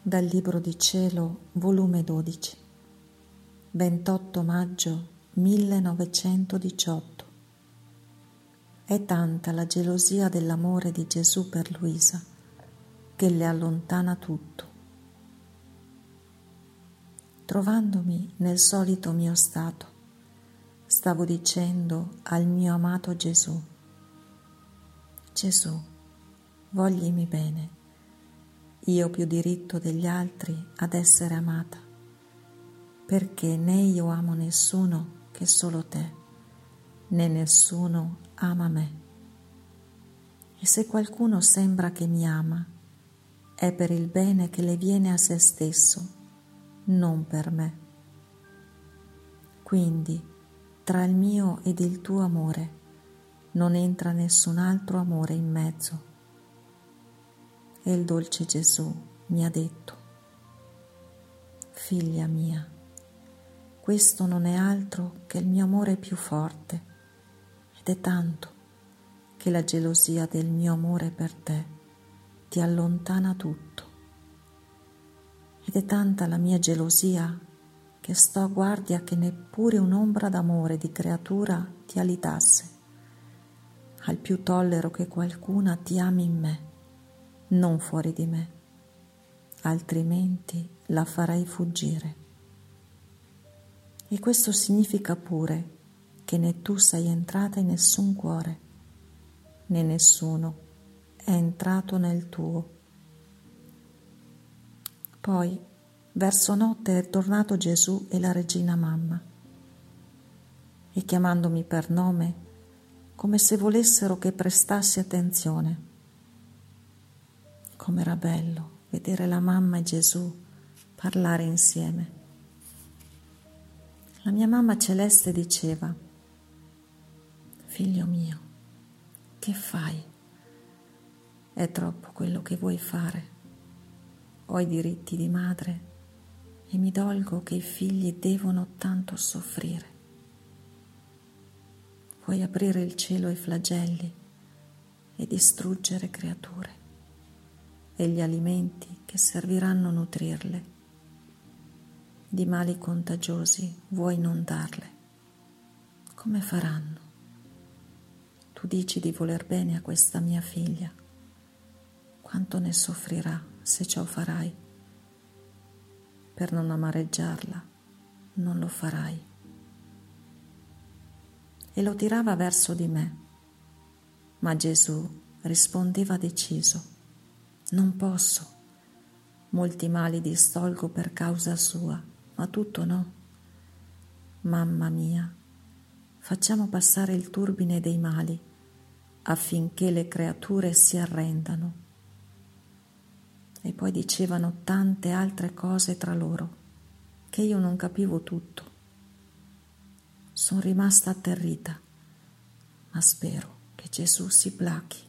Dal Libro di Cielo, volume 12, 28 maggio 1918. È tanta la gelosia dell'amore di Gesù per Luisa che le allontana tutto. Trovandomi nel solito mio stato, stavo dicendo al mio amato Gesù: Gesù, voglimi bene. Io ho più diritto degli altri ad essere amata, perché né io amo nessuno che solo te, né nessuno ama me. E se qualcuno sembra che mi ama, è per il bene che le viene a se stesso, non per me. Quindi, tra il mio ed il tuo amore, non entra nessun altro amore in mezzo. E il dolce Gesù mi ha detto: figlia mia, questo non è altro che il mio amore più forte, ed è tanto che la gelosia del mio amore per te ti allontana tutto. Ed è tanta la mia gelosia che sto a guardia che neppure un'ombra d'amore di creatura ti alitasse. Al più tollero che qualcuna ti ami in me, non fuori di me, altrimenti la farai fuggire. E questo significa pure che né tu sei entrata in nessun cuore, né nessuno è entrato nel tuo. Poi, verso notte, è tornato Gesù e la regina mamma, e chiamandomi per nome, come se volessero che prestassi attenzione. Com'era bello vedere la mamma e Gesù parlare insieme. La mia mamma celeste diceva: figlio mio, che fai? È troppo quello che vuoi fare. Ho i diritti di madre e mi dolgo che i figli devono tanto soffrire. Vuoi aprire il cielo ai flagelli e distruggere creature e gli alimenti che serviranno a nutrirle. Di mali contagiosi vuoi inondarle. Come faranno? Tu dici di voler bene a questa mia figlia. Quanto ne soffrirà se ciò farai? Per non amareggiarla, non lo farai. E lo tirava verso di me, ma Gesù rispondeva deciso: non posso. Molti mali distolgo per causa sua, ma tutto no. Mamma mia, facciamo passare il turbine dei mali affinché le creature si arrendano. E poi dicevano tante altre cose tra loro che io non capivo tutto. Sono rimasta atterrita, ma spero che Gesù si plachi.